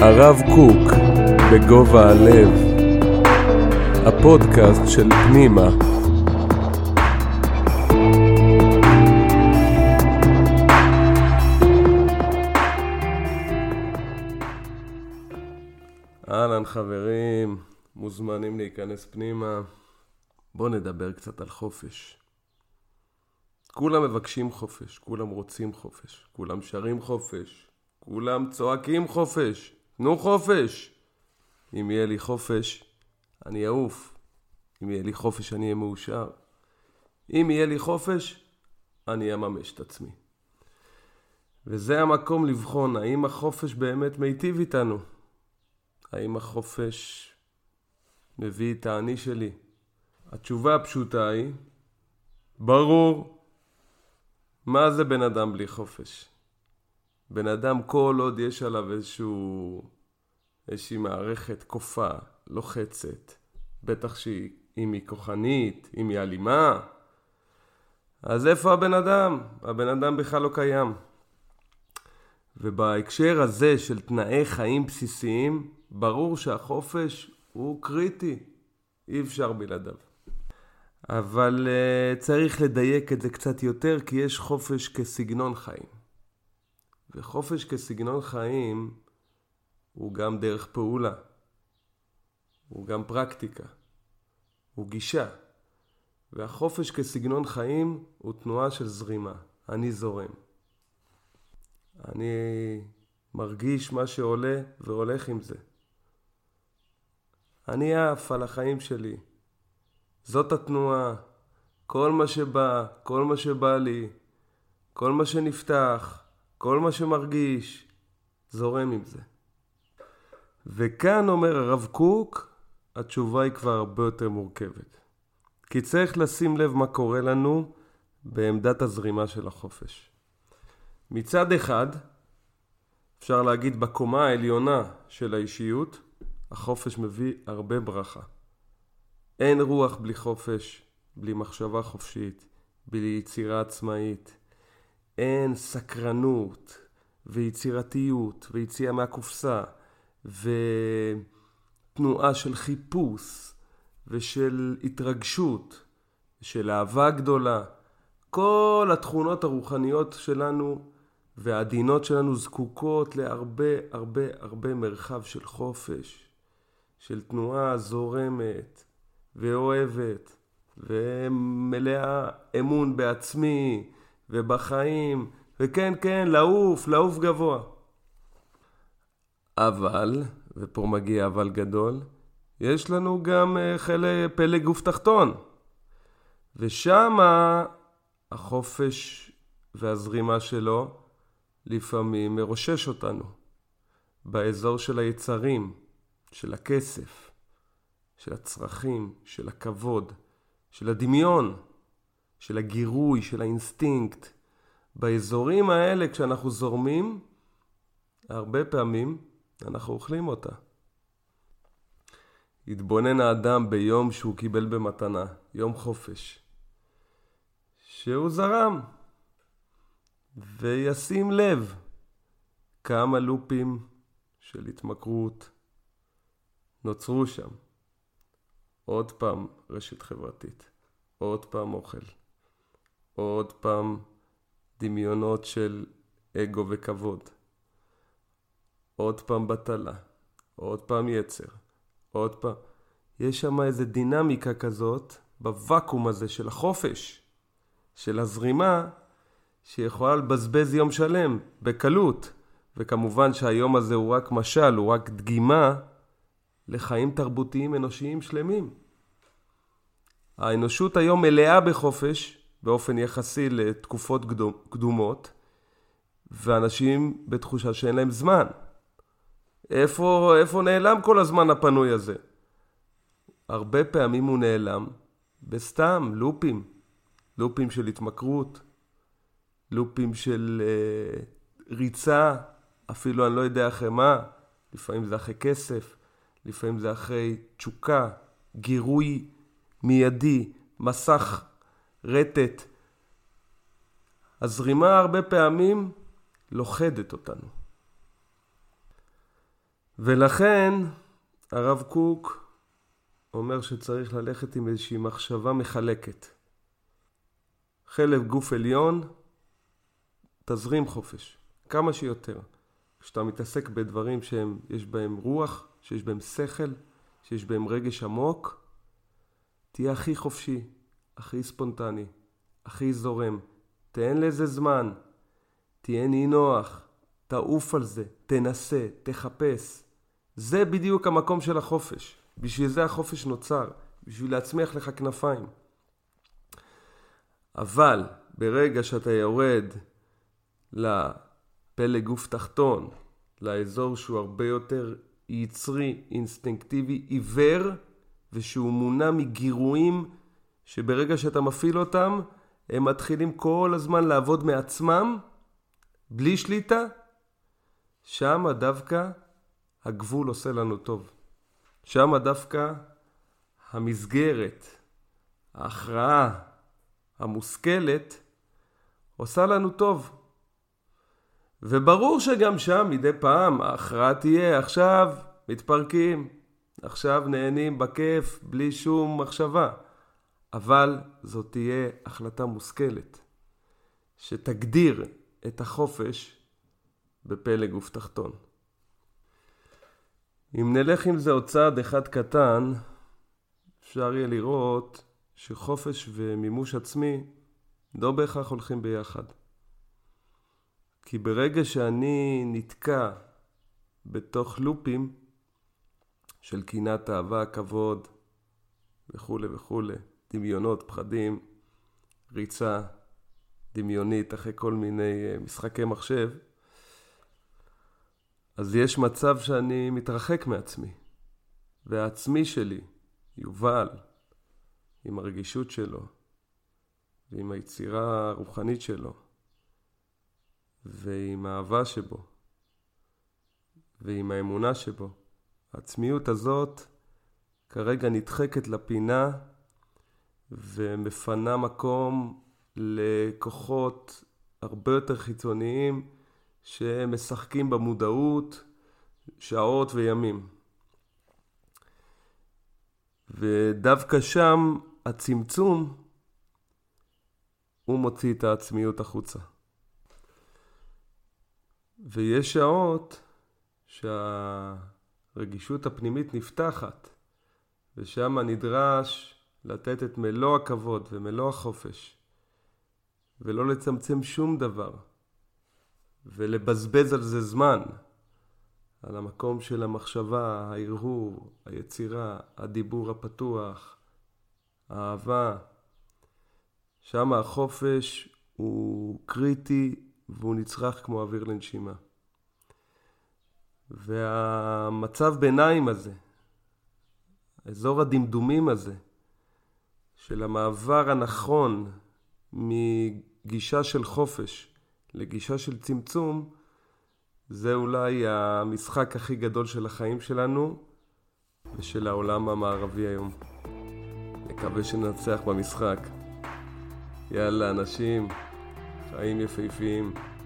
הרב קוק בגובה הלב, הפודקאסט של פנימה. אהלן חברים, מוזמנים להיכנס פנימה. בואו נדבר קצת על חופש. כולם מבקשים חופש, כולם רוצים חופש, כולם שרים חופש, כולם צועקים חופש. תנו חופש. אם יהיה לי חופש, אני אעוף. אם יהיה לי חופש, אני אהיה מאושר. אם יהיה לי חופש, אני אממש את עצמי. וזה המקום לבחון, האם החופש באמת מיטיב איתנו? האם החופש מביא את האני שלי? התשובה הפשוטה היא, ברור. מה זה בן אדם בלי חופש? בן אדם כל עוד יש עליו איזושהי מערכת כופה, לוחצת, בטח אם היא כוחנית, אם היא אלימה, אז איפה הבן אדם? הבן אדם בכלל לא קיים. ובהקשר הזה של תנאי חיים בסיסיים, ברור שהחופש הוא קריטי, אי אפשר בלעדיו. אבל צריך לדייק את זה קצת יותר, כי יש חופש כסגנון חיים. וחופש כסגנון חיים הוא גם דרך פעולה, הוא גם פרקטיקה, הוא גישה. והחופש כסגנון חיים הוא תנועה של זרימה. אני זורם. אני מרגיש מה שעולה והולך עם זה. אני עף על החיים שלי. זאת התנועה. כל מה שבא, כל מה שבא לי, כל מה שנפתח, כל מה שמרגיש, זורם עם זה. וכאן אומר הרב קוק, התשובה היא כבר הרבה יותר מורכבת. כי צריך לשים לב מה קורה לנו בעמדת הזרימה של החופש. מצד אחד, אפשר להגיד בקומה העליונה של האישיות, החופש מביא הרבה ברכה. אין רוח בלי חופש, בלי מחשבה חופשית, בלי יצירה עצמאית. אין סקרנות ויצירתיות ויציאה מהקופסה ותנועה של חיפוש ושל התרגשות ושל אהבה גדולה. כל התכונות הרוחניות שלנו והעדינות שלנו זקוקות להרבה הרבה הרבה מרחב של חופש, של תנועה זורמת ואוהבת ומלאה אמון בעצמי ובחיים, וכן, לעוף גבוה. אבל, ופה מגיע אבל גדול, יש לנו גם פלג גוף תחתון. ושם החופש והזרימה שלו לפעמים מרושש אותנו. באזור של היצרים, של הכסף, של הצרכים, של הכבוד, של הדמיון, של הגירוי, של האינסטינקט. באזורים האלה כשאנחנו זורמים, הרבה פעמים אנחנו אוכלים אותה. התבונן האדם ביום שהוא קיבל במתנה, יום חופש, שהוא זרם, וישים לב כמה לופים של התמכרות נוצרו שם. עוד פעם רשת חברתית, עוד פעם אוכל, עוד פעם דמיונות של אגו וכבוד, עוד פעם בטלה, עוד פעם יצר, עוד פעם. יש שם איזו דינמיקה כזאת בוואקום הזה של החופש, של הזרימה, שיכולה לבזבז יום שלם בקלות. וכמובן שהיום הזה הוא רק משל, הוא רק דגימה לחיים תרבותיים אנושיים שלמים. האנושות היום מלאה בחופש, באופן יחסי לתקופות קדומות, ואנשים בתחושה שאין להם זמן. איפה נעלם כל הזמן הפנוי הזה? הרבה פעמים הוא נעלם בסתם לופים של התמכרות, לופים של ריצה, אפילו אני לא יודע אחרי מה, לפעמים זה אחרי כסף, לפעמים זה אחרי תשוקה, גירוי מיידי, מסך רטט. הזרימה הרבה פעמים לוחדת אותנו. ולכן הרב קוק אומר שצריך ללכת עם איזושהי מחשבה מחלקת. חלק גוף עליון, תזרים חופש, כמה שיותר. כשאתה מתעסק בדברים שיש בהם רוח, שיש בהם שכל, שיש בהם רגש עמוק, תהיה הכי חופשי, הכי ספונטני, הכי זורם. תן לזה זמן, תהיה נינוח, תעוף על זה, תנסה, תחפש. זה בדיוק המקום של החופש. בשביל זה החופש נוצר, בשביל להצמיח לך כנפיים. אבל ברגע שאתה יורד לפלג גוף תחתון, לאזור שהוא הרבה יותר יצרי, אינסטינקטיבי, עיוור, ושהוא מונע מגירויים שברגע שאתה מפעיל אותם, הם מתחילים כל הזמן לעבוד מעצמם, בלי שליטה, שם דווקא הגבול עושה לנו טוב. שם דווקא המסגרת, ההכרעה, המושכלת, עושה לנו טוב. וברור שגם שם מדי פעם ההכרעה תהיה, עכשיו מתפרקים, עכשיו נהנים בכיף, בלי שום מחשבה. אבל זאת תהיה החלטה מושכלת, שתגדיר את החופש בפלג גוף תחתון. אם נלך עם זה עוד צעד אחד קטן, אפשר יהיה לראות שחופש ומימוש עצמי לא בהכרח הולכים ביחד. כי ברגע שאני נתקע בתוך לופים של קנאת אהבה, כבוד וכו' וכו', דמיונות, פחדים, ריצה דמיונית אחרי כל מיני משחקי מחשב, אז יש מצב שאני מתרחק מעצמי. והעצמי שלי, יובל, עם הרגישות שלו, ועם היצירה הרוחנית שלו, ועם האהבה שבו, ועם האמונה שבו, העצמיות הזאת כרגע נדחקת לפינה, ומפנה מקום לכוחות הרבה יותר חיצוניים, שמשחקים במודעות שעות וימים. ודווקא שם הצמצום הוא מוציא את העצמיות החוצה. ויש שעות שהרגישות הפנימית נפתחת, ושם נדרש לתת את מלוא הכבוד ומלוא החופש, ולא לצמצם שום דבר. ולבזבז על זה זמן, על המקום של המחשבה, ההרהור, היצירה, הדיבור הפתוח, האהבה. שם החופש הוא קריטי והוא נצרך כמו אוויר לנשימה. והמצב ביניים הזה, אזור הדמדומים הזה, של המעבר הנכון מגישה של חופש לגישה של צמצום, זה אולי המשחק הכי גדול של החיים שלנו ושל העולם המערבי היום. מקווה שננצח במשחק. יאללה אנשים, חיים יפהפיים.